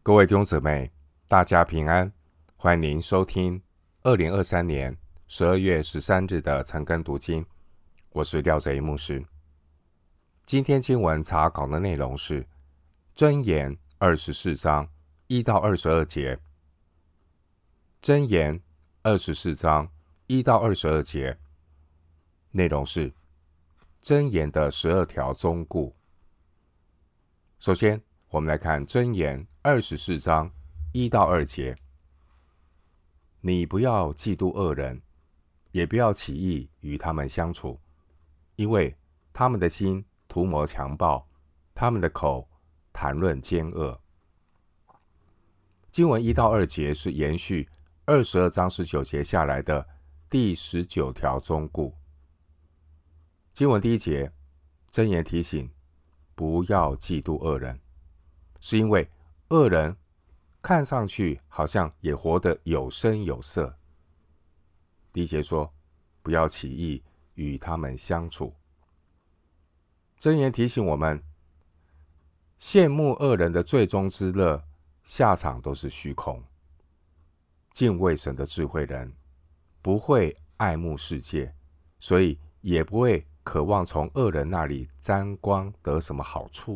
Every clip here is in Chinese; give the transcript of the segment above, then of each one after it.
各位弟兄姊妹，大家平安，欢迎您收听2023年12月13日的晨更读经。我是廖哲一牧师。今天经文查考的内容是箴言24章1到22节。箴言24章1到22节内容是箴言的12条忠告。首先我们来看箴言24章1到2节。你不要嫉妒恶人，也不要起意与他们相处，因为他们的心图谋强暴，他们的口谈论奸恶。经文1到2节是延续22章19节下来的第19条忠告。经文第1节，箴言提醒不要嫉妒恶人，是因为恶人看上去好像也活得有声有色。第1节说，不要起意与他们相处。箴言提醒我们，羡慕恶人的最终之乐，下场都是虚空。敬畏神的智慧人，不会爱慕世界，所以也不会渴望从恶人那里沾光得什么好处。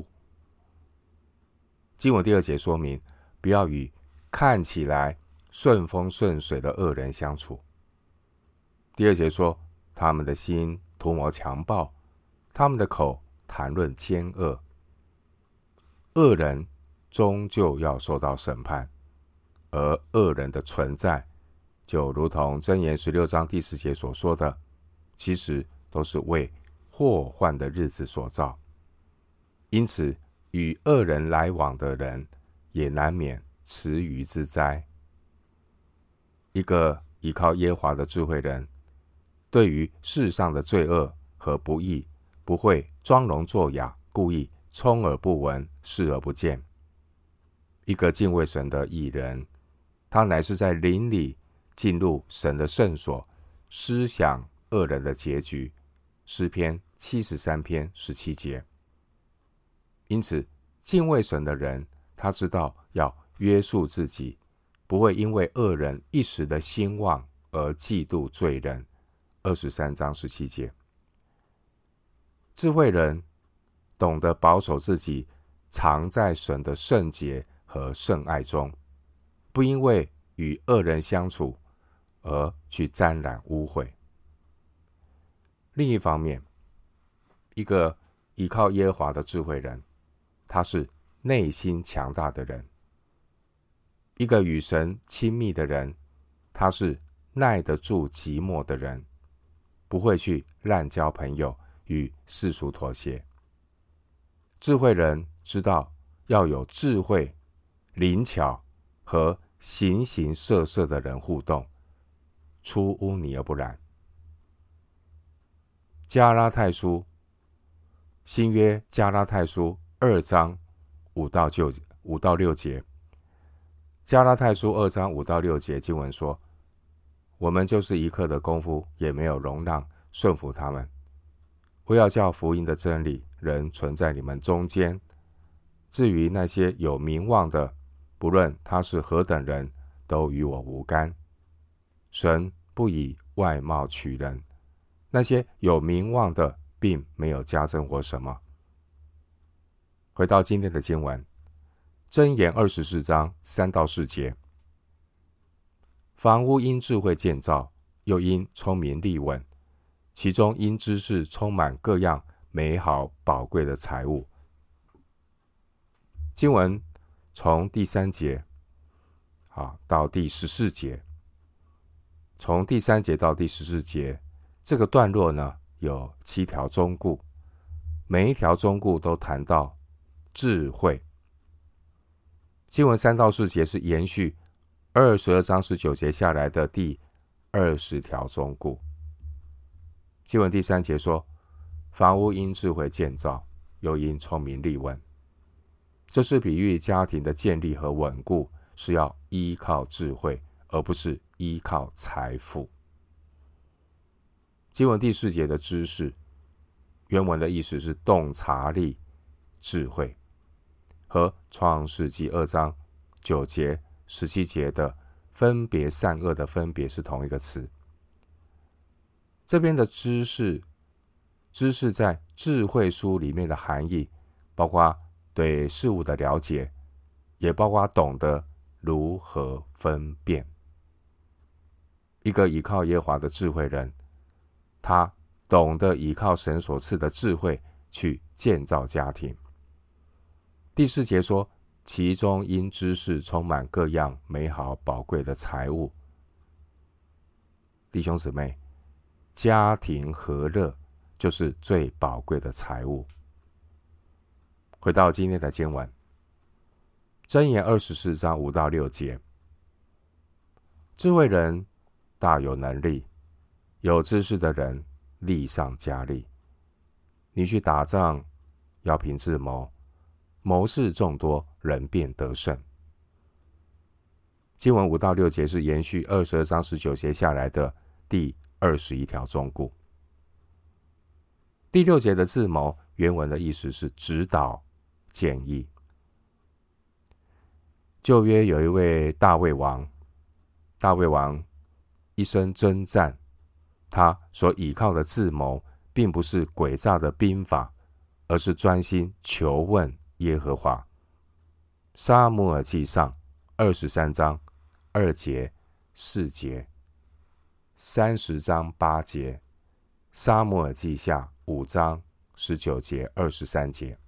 经文第2节说明，不要与看起来顺风顺水的恶人相处。第2节说，他们的心图谋强暴，他们的口谈论奸恶。恶人终究要受到审判，而恶人的存在，就如同箴言16章第10节所说的，其实都是为祸患的日子所造。因此与恶人来往的人，也难免池鱼之灾。一个依靠耶和华的智慧人，对于世上的罪恶和不义，不会装聋作哑，故意充耳不闻，视而不见。一个敬畏神的义人，他乃是在灵里进入神的圣所，思想恶人的结局。诗篇73篇17节。因此敬畏神的人，他知道要约束自己，不会因为恶人一时的兴旺而嫉妒罪人。23章17节。智慧人懂得保守自己，藏在神的圣洁和圣爱中，不因为与恶人相处而去沾染污秽。另一方面，一个依靠耶和华的智慧人，他是内心强大的人。一个与神亲密的人，他是耐得住寂寞的人，不会去滥交朋友，与世俗妥协。智慧人知道要有智慧、灵巧和形形色色的人互动，出污泥而不染。新约加拉太书2章5到6节。加拉太书2章5到6节经文说，我们就是一刻的功夫也没有容让顺服他们，为要叫福音的真理仍存在你们中间。至于那些有名望的，不论他是何等人，都与我无干。神不以外貌取人，那些有名望的并没有加增我什么。回到今天的经文，箴言24章3到4节。房屋因智慧建造，又因聪明立稳，其中因知识充满各样美好宝贵的财物。经文从第3节到第14节，从第3节到第14节这个段落呢，有7条忠告，每一条忠告都谈到智慧。经文3到4节是延续22章19节下来的第20条忠告。经文第3节说，房屋因智慧建造，又因聪明立稳。这是比喻家庭的建立和稳固是要依靠智慧，而不是依靠财富。经文第4节的知识，原文的意思是洞察力、智慧，和创世纪2章 9节、17节的分别善恶的分别是同一个词。这边的知识在智慧书里面的含义，包括对事物的了解，也包括懂得如何分辨。一个倚靠耶和华的智慧人，他懂得倚靠神所赐的智慧去建造家庭。第4节说，其中因知识充满各样美好宝贵的财物。弟兄姊妹，家庭和乐就是最宝贵的财物。回到今天的经文，箴言24章5到6节，智慧人大有能力，有知识的人力上加力。你去打仗，要凭智谋，谋士众多，人便得胜。经文5到6节是延续22章19节下来的第21条忠告。第6节的智谋，原文的意思是指导、建议。旧约有一位大卫王，大卫王一生征战，他所倚靠的智谋，并不是诡诈的兵法，而是专心求问耶和华。撒母耳记上23章2节、4节，30章8节，撒母耳记下5章19节、23节。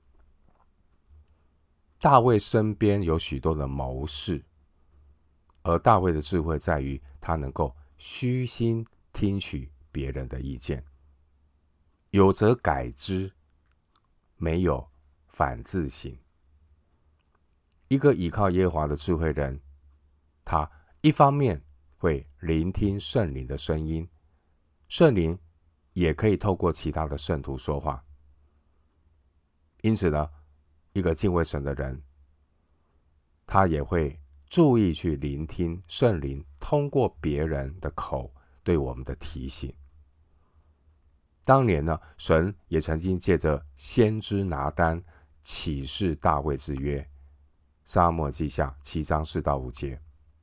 大卫身边有许多的谋士，而大卫的智慧在于他能够虚心听取别人的意见，有则改之，没有反自省。一个倚靠耶和华的智慧人，他一方面会聆听圣灵的声音，圣灵也可以透过其他的圣徒说话。因此呢，一个敬畏神的人，他也会注意去聆听圣灵通过别人的口对我们的提醒。当年呢，神也曾经借着先知拿单启示大卫之约，撒母耳记下7章4到5节。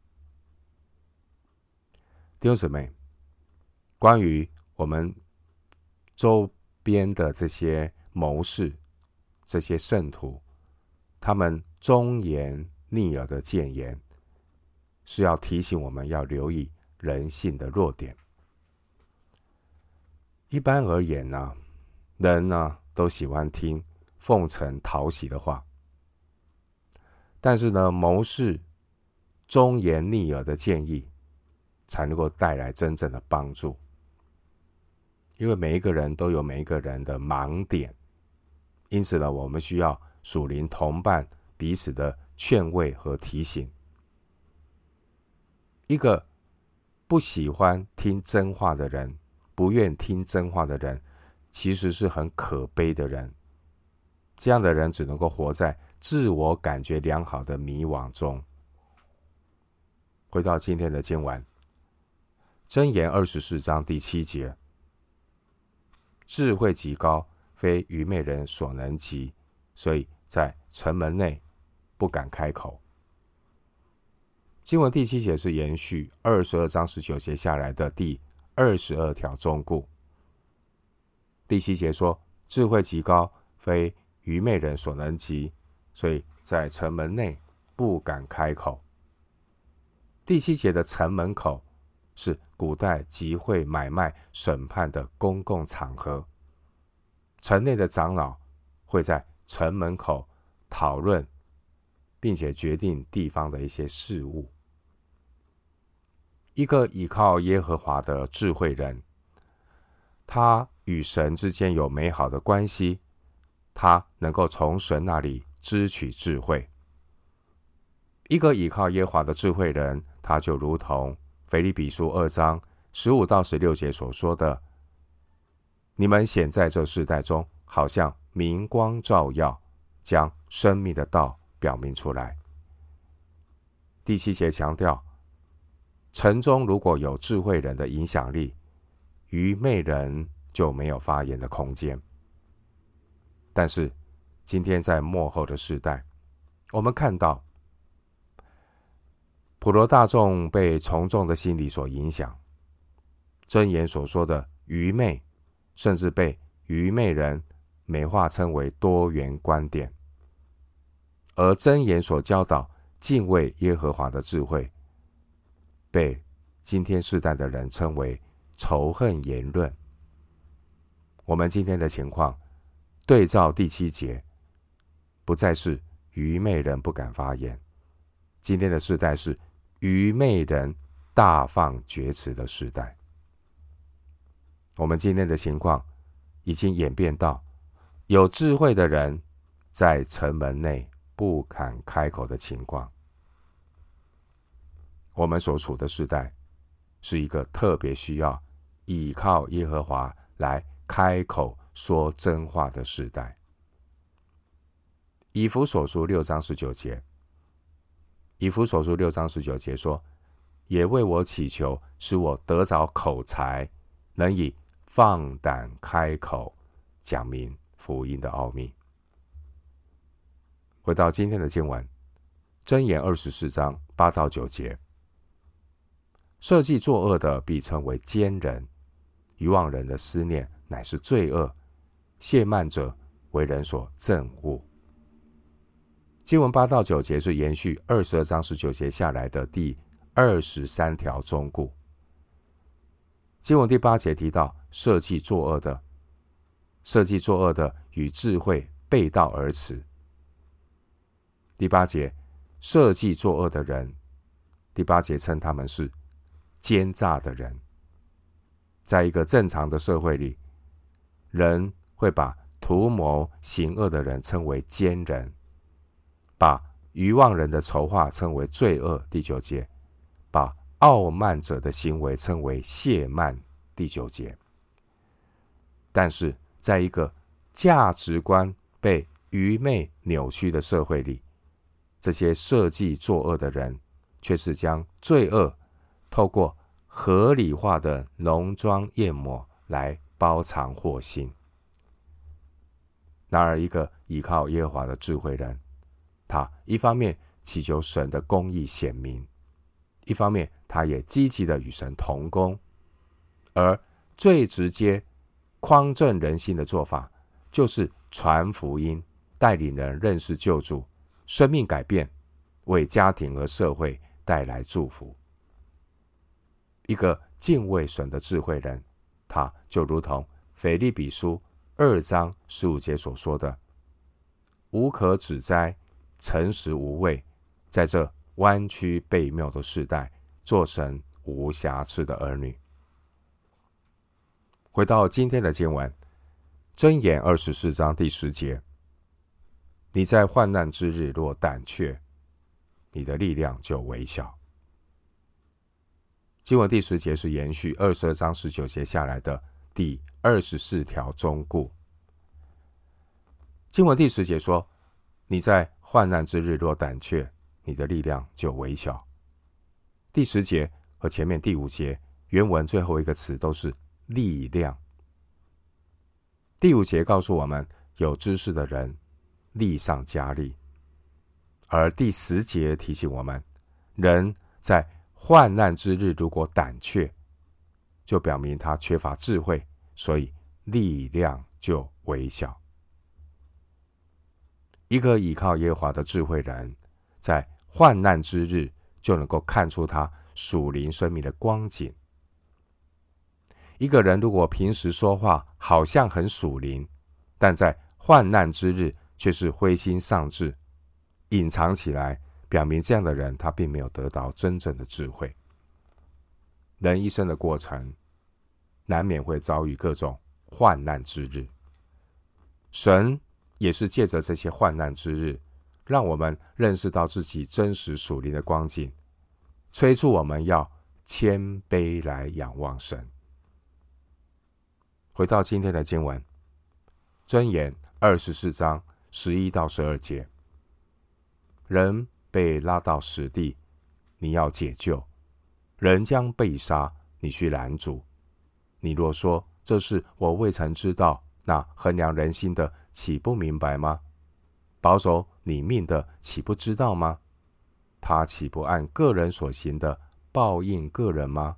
弟兄姊妹，关于我们周边的这些谋士、这些圣徒，他们忠言逆耳的谏言，是要提醒我们要留意人性的弱点。一般而言呢，人呢都喜欢听奉承讨喜的话，但是呢，谋士忠言逆耳的建议才能够带来真正的帮助。因为每一个人都有每一个人的盲点，因此呢，我们需要属灵同伴彼此的劝慰和提醒。一个不喜欢听真话的人，不愿听真话的人，其实是很可悲的人。这样的人只能够活在自我感觉良好的迷惘中。回到今天的经文，箴言24章第7节，智慧极高，非愚昧人所能及，所以在城门内不敢开口。经文第7节是延续22章19节下来的第22条忠告。第7节说，智慧极高，非愚昧人所能及，所以在城门内不敢开口。第7节的城门口是古代集会、买卖、审判的公共场合，城内的长老会在城门口讨论，并且决定地方的一些事务。一个倚靠耶和华的智慧人，他与神之间有美好的关系，他能够从神那里支取智慧。一个倚靠耶和华的智慧人，他就如同腓立比书2章15到16节所说的，你们显在这世代中，好像明光照耀，将生命的道表明出来。第7节强调，城中如果有智慧人的影响力，愚昧人就没有发言的空间。但是今天在末后的世代，我们看到普罗大众被从众的心理所影响，箴言所说的愚昧，甚至被愚昧人美化称为多元观点，而箴言所教导敬畏耶和华的智慧，被今天世代的人称为仇恨言论。我们今天的情况对照第7节，不再是愚昧人不敢发言，今天的世代是愚昧人大放厥词的世代。我们今天的情况已经演变到有智慧的人在城门内不敢开口的情况。我们所处的世代是一个特别需要倚靠耶和华来开口说真话的世代。以弗所书6章19节，以弗所书6章19节说，也为我祈求，使我得着口才，能以放胆开口讲明福音的奥秘。回到今天的经文，箴言24章8到9节，设计作恶的必称为奸人，愚妄人的思念乃是罪恶，亵慢者为人所憎恶。经文8到9节是延续22章19节下来的第23条忠告。经文第8节提到设计作恶的，设计作恶的与智慧背道而驰。第8节，设计作恶的人，第8节称他们是奸诈的人。在一个正常的社会里，人会把图谋行恶的人称为奸人，把愚妄人的筹划称为罪恶，第9节，把傲慢者的行为称为亵慢，第9节。但是在一个价值观被愚昧扭曲的社会里，这些设计作恶的人却是将罪恶透过合理化的浓妆艳抹来包藏祸心。然而一个依靠耶和华的智慧人，他一方面祈求神的公义显明，一方面他也积极的与神同工，而最直接匡正人心的做法，就是传福音，带领人认识救主，生命改变，为家庭和社会带来祝福。一个敬畏神的智慧人，他就如同腓立比书2章15节所说的，无可指摘，诚实无畏，在这弯曲悖谬的世代，做神无瑕疵的儿女。回到今天的经文，箴言24章第10节，你在患难之日若胆怯，你的力量就微小。经文第10节是延续22章19节下来的第24条忠告。经文第10节说，你在患难之日若胆怯，你的力量就微小。第10节和前面第5节原文最后一个词都是力量。第5节告诉我们，有知识的人力上加力，而第10节提醒我们，人在患难之日如果胆怯，就表明他缺乏智慧，所以力量就微小。一个依靠耶和华的智慧人，在患难之日就能够看出他属灵生命的光景。一个人如果平时说话好像很属灵，但在患难之日却是灰心丧志，隐藏起来，表明这样的人他并没有得到真正的智慧。人一生的过程，难免会遭遇各种患难之日。神也是借着这些患难之日，让我们认识到自己真实属灵的光景，催促我们要谦卑来仰望神。回到今天的经文，箴言24章11到12节，人被拉到死地，你要解救；人将被杀，你去拦阻。你若说这事我未曾知道，那衡量人心的岂不明白吗？保守你命的岂不知道吗？ 他岂不按个人所行的报应个人吗？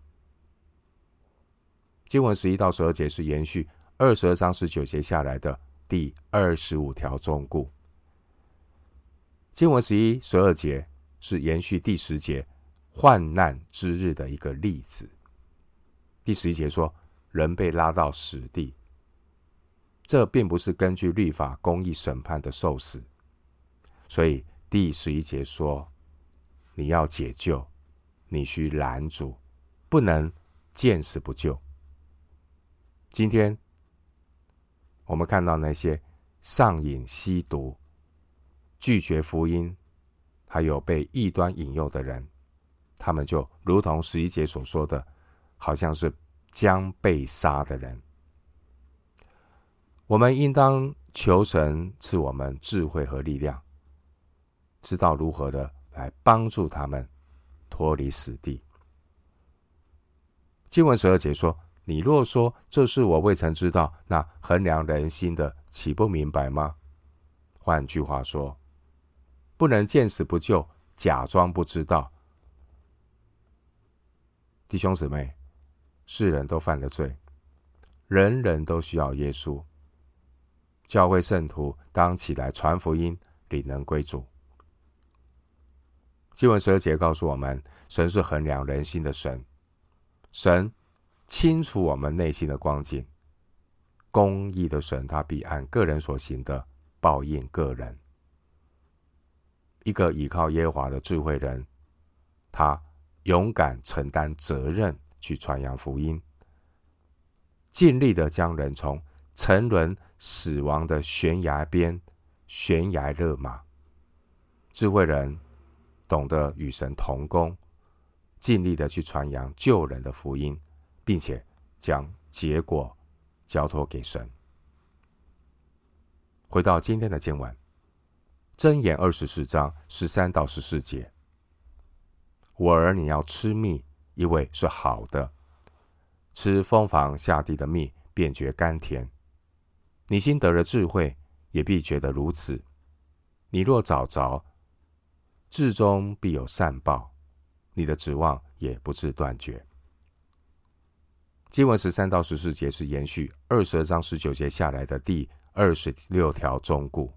经文11到12节是延续22章19节下来的第25条忠告。经文11、12节是延续第10节患难之日的一个例子。第11节说，人被拉到死地，这并不是根据律法公义审判的受死，所以第11节说，你要解救，你需拦阻，不能见死不救。今天我们看到那些上瘾吸毒、拒绝福音，还有被异端引诱的人，他们就如同11节所说的，好像是将被杀的人。我们应当求神赐我们智慧和力量，知道如何的来帮助他们脱离死地。经文12节说，你若说这事我未曾知道，那衡量人心的岂不明白吗？换句话说，不能见死不救，假装不知道。弟兄姊妹，世人都犯了罪，人人都需要耶稣。教会圣徒当起来传福音，领人归主。经文12节告诉我们，神是衡量人心的神，神清楚我们内心的光景。公义的神，他必按个人所行的报应个人。一个倚靠耶和华的智慧人，他勇敢承担责任去传扬福音，尽力的将人从沉沦死亡的悬崖边悬崖勒马。智慧人懂得与神同工，尽力的去传扬救人的福音，并且将结果交托给神。回到今天的经文，箴言24章13到14节，我儿，你要吃蜜，因为是好的，吃蜂房下地的蜜，便觉甘甜。你心得了智慧，也必觉得如此。你若找着，至终必有善报，你的指望也不致断绝。经文13到14节是延续22章19节下来的第26条忠告。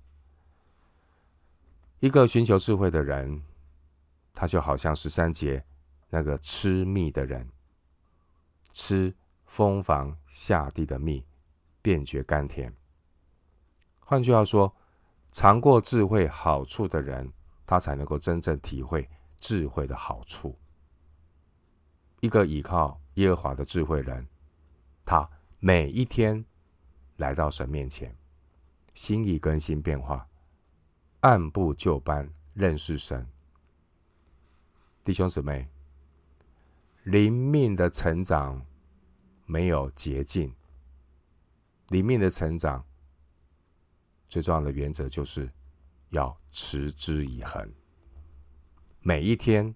一个寻求智慧的人，他就好像13节那个吃蜜的人，吃蜂房下地的蜜，便觉甘甜。换句话说，尝过智慧好处的人，他才能够真正体会智慧的好处。一个倚靠耶和华的智慧人，他每一天来到神面前，心意更新变化，按部就班认识神。弟兄姊妹，灵命的成长没有捷径，灵命的成长最重要的原则就是要持之以恒。每一天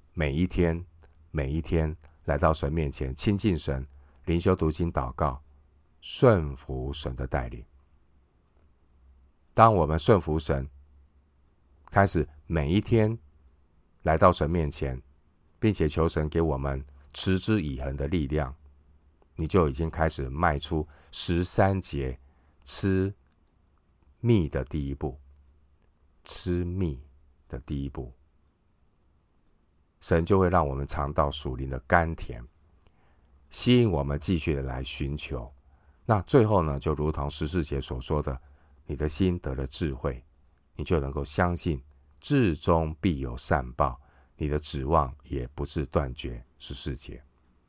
来到神面前，亲近神，灵修读经祷告，顺服神的带领。当我们顺服神，开始每一天来到神面前，并且求神给我们持之以恒的力量，你就已经开始迈出13节吃蜜的第一步。吃蜜的第一步，神就会让我们尝到属灵的甘甜，吸引我们继续的来寻求。那最后呢，就如同14节所说的，你的心得了智慧，你就能够相信至终必有善报，你的指望也不致断绝。14节。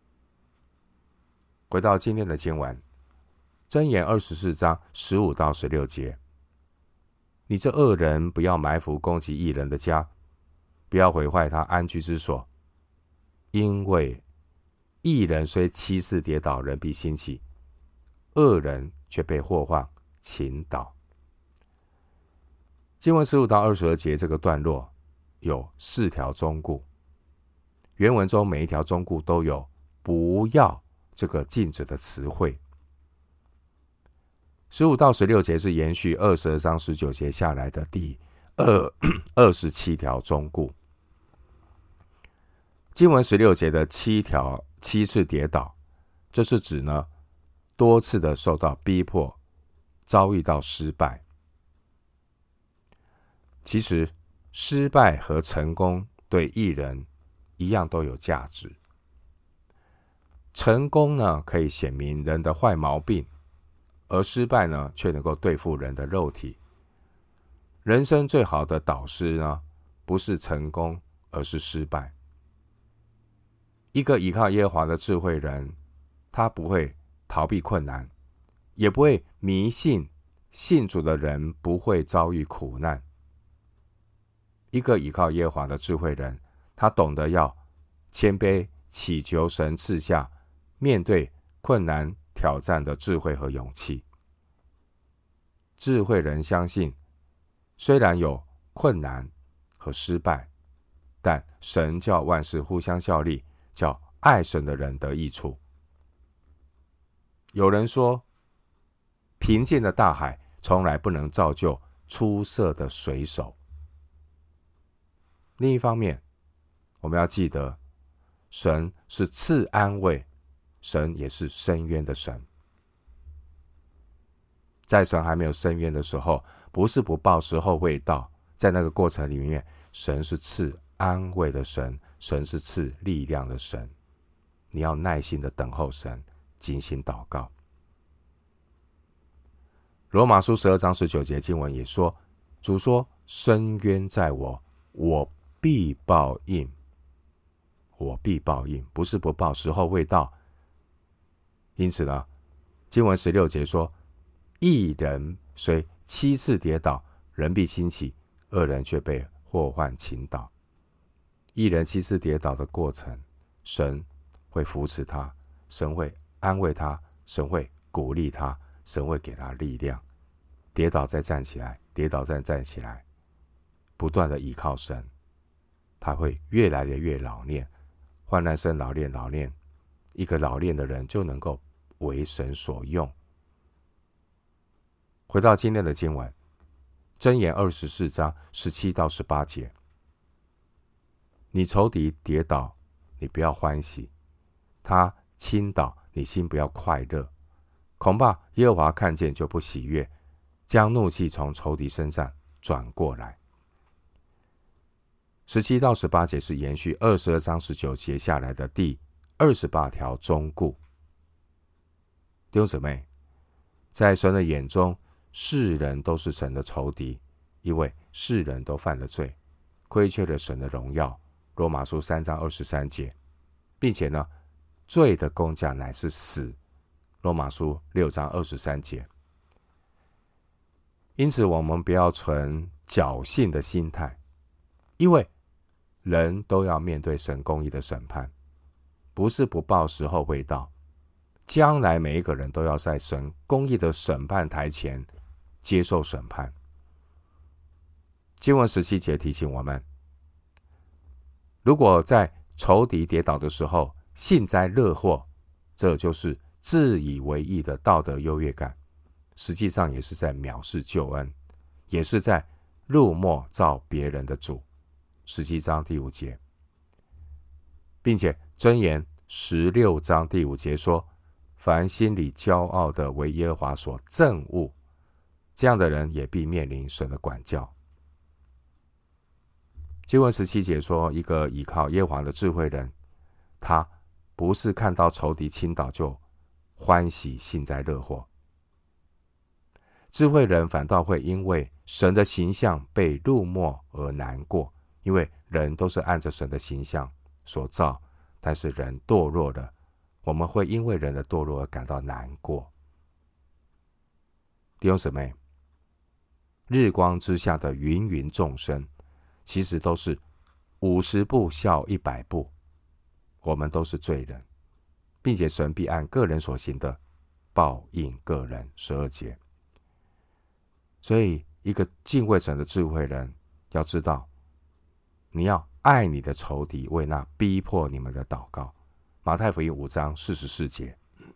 回到今天的经文，箴言24章15到16节，你这恶人不要埋伏攻击义人的家，不要毁坏他安居之所，因为义人虽七次跌倒，人必兴起，恶人却被祸患倾倒。经文15到22节这个段落有4条忠告，原文中每一条忠告都有不要这个禁止的词汇。15到16节是延续22章19节下来的第27条忠告。 经文16节的7次跌倒，这是指呢多次的受到逼迫，遭遇到失败。其实失败和成功对义人一样都有价值。成功呢可以显明人的坏毛病，而失败呢却能够对付人的肉体。人生最好的导师呢，不是成功，而是失败。一个依靠耶和华的智慧人，他不会逃避困难，也不会迷信，信主的人不会遭遇苦难。一个依靠耶和华的智慧人，他懂得要谦卑，祈求神赐下面对困难挑战的智慧和勇气。智慧人相信，虽然有困难和失败，但神叫万事互相效力，叫爱神的人得益处。有人说，平静的大海从来不能造就出色的水手。另一方面，我们要记得，神是赐安慰，神也是伸冤的神。在神还没有伸冤的时候，不是不报，时候未到。在那个过程里面，神是赐安慰的神，神是赐力量的神。你要耐心的等候神，精心祷告。罗马书12章19节经文也说，主说，伸冤在我，我必报应。我必报应，不是不报，时候未到。因此呢，经文16节说，义人虽7次跌倒，人必兴起，恶人却被祸患倾倒。义人7次跌倒的过程，神会扶持他，神会安慰他，神会鼓励他，神会给他力量。跌倒再站起来，跌倒再站起来，不断的依靠神，他会越来越老练。患难生老练，老练，一个老练的人就能够为神所用。回到今天的经文，箴言24章17到18节，你仇敌跌倒，你不要欢喜；他倾倒，你心不要快乐。恐怕耶和华看见就不喜悦，将怒气从仇敌身上转过来。17到18节是延续22章19节下来的第28条忠告。弟兄姊妹，在神的眼中，世人都是神的仇敌，因为世人都犯了罪，亏缺了神的荣耀。罗马书3章23节，并且呢，罪的工价乃是死。罗马书6章23节。因此，我们不要存侥幸的心态，因为人都要面对神公义的审判，不是不报，时候未到。将来每一个人都要在神公义的审判台前接受审判。经文17节提醒我们，如果在仇敌跌倒的时候幸灾乐祸，这就是自以为义的道德优越感，实际上也是在藐视救恩，也是在辱没造别人的主。17章第5节，并且箴言16章第5节说，凡心里骄傲的为耶和华所憎恶，这样的人也必面临神的管教。经文17节说，一个依靠耶和华的智慧人，他不是看到仇敌倾倒就欢喜幸灾乐祸，智慧人反倒会因为神的形象被辱没而难过，因为人都是按着神的形象所造，但是人堕落了，我们会因为人的堕落而感到难过。弟兄姊妹，日光之下的芸芸众生，其实都是50步笑100步，我们都是罪人，并且神必按个人所行的报应个人。12节。所以一个敬畏神的智慧人要知道，你要爱你的仇敌，为那逼迫你们的祷告。马太福音5章44节。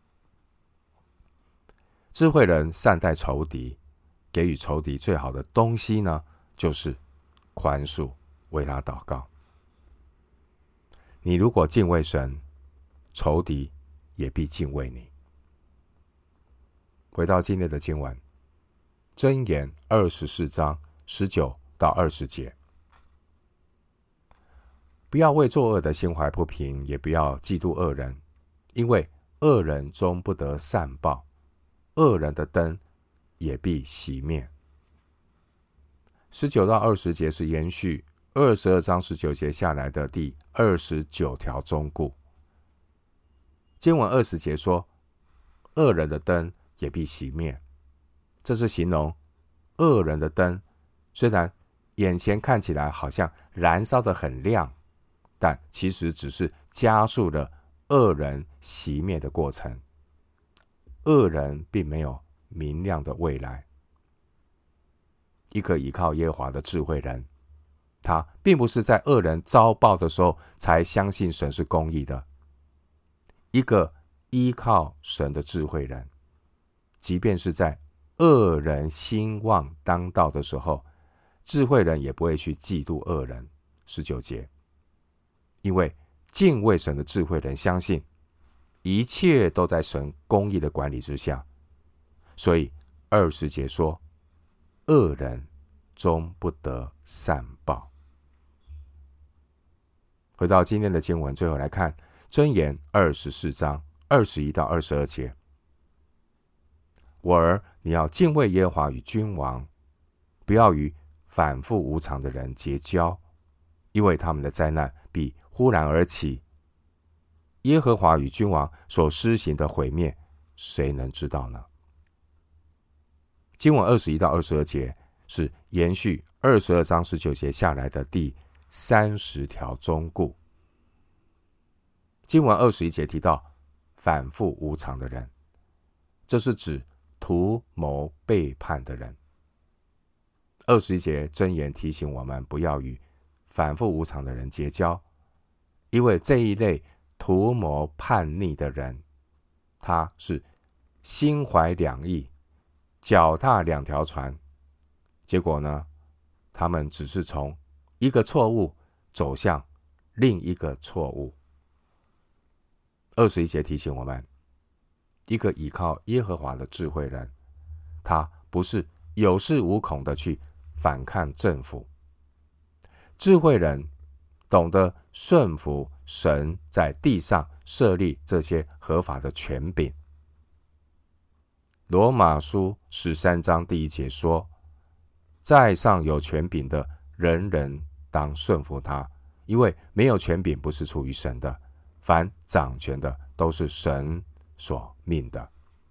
智慧人善待仇敌，给予仇敌最好的东西呢，就是宽恕，为他祷告。 你如果敬畏神，仇敌也必敬畏你。回到今天的经文，箴言24章19到20节。不要为作恶的心怀不平，也不要嫉妒恶人，因为恶人终不得善报，恶人的灯也必熄灭。19到20节是延续22章19节下来的第29条忠告。经文20节说，恶人的灯也必熄灭，这是形容恶人的灯虽然眼前看起来好像燃烧得很亮，但其实只是加速了恶人熄灭的过程。恶人并没有明亮的未来。一个依靠耶和华的智慧人，他并不是在恶人遭报的时候才相信神是公义的。一个依靠神的智慧人，即便是在恶人兴旺当道的时候，智慧人也不会去嫉妒恶人。19节，因为敬畏神的智慧人相信一切都在神公义的管理之下，所以20节说，恶人终不得善报。回到今天的经文，最后来看箴言24章21到22节。我儿，你要敬畏耶和华与君王，不要与反复无常的人结交，因为他们的灾难必忽然而起。耶和华与君王所施行的毁灭，谁能知道呢？经文21到22节是延续22章19节下来的第30条忠告。经文21节提到反复无常的人，这是指图谋背叛的人。21节箴言提醒我们不要与反复无常的人结交，因为这一类图谋叛逆的人，他是心怀两意，脚踏两条船，结果呢，他们只是从一个错误走向另一个错误。21节提醒我们，一个依靠耶和华的智慧人，他不是有恃无恐的去反抗政府。智慧人懂得顺服神在地上设立这些合法的权柄。罗马书13章第1节说，在上有权柄的，人人当顺服他，因为没有权柄不是出于神的，凡掌权的都是神所命的。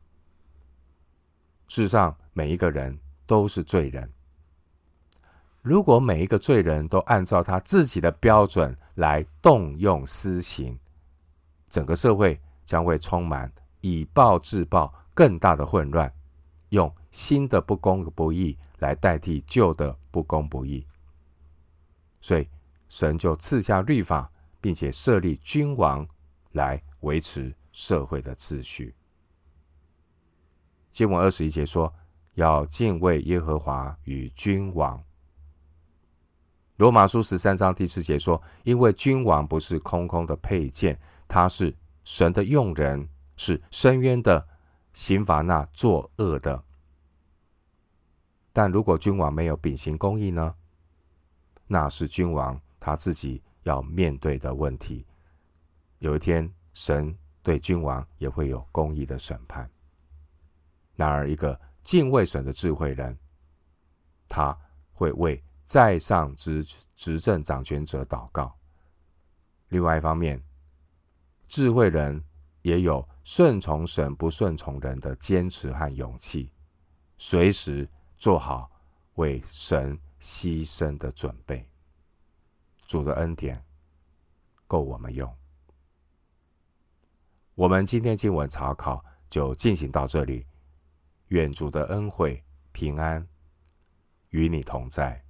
世上每一个人都是罪人，如果每一个罪人都按照他自己的标准来动用私刑，整个社会将会充满以暴制暴更大的混乱，用新的不公不义来代替旧的不公不义。所以神就赐下律法，并且设立君王来维持社会的秩序。经文21节说，要敬畏耶和华与君王。罗马书13章第4节说，因为君王不是空空的佩剑，他是神的用人，是伸冤的，刑罚那作恶的。但如果君王没有秉行公义呢？那是君王他自己要面对的问题。有一天，神对君王也会有公义的审判。然而，一个敬畏神的智慧人，他会为在上执政掌权者祷告。另外一方面，智慧人也有顺从神不顺从人的坚持和勇气，随时做好为神牺牲的准备。主的恩典够我们用。我们今天经文查考就进行到这里，愿主的恩惠平安与你同在。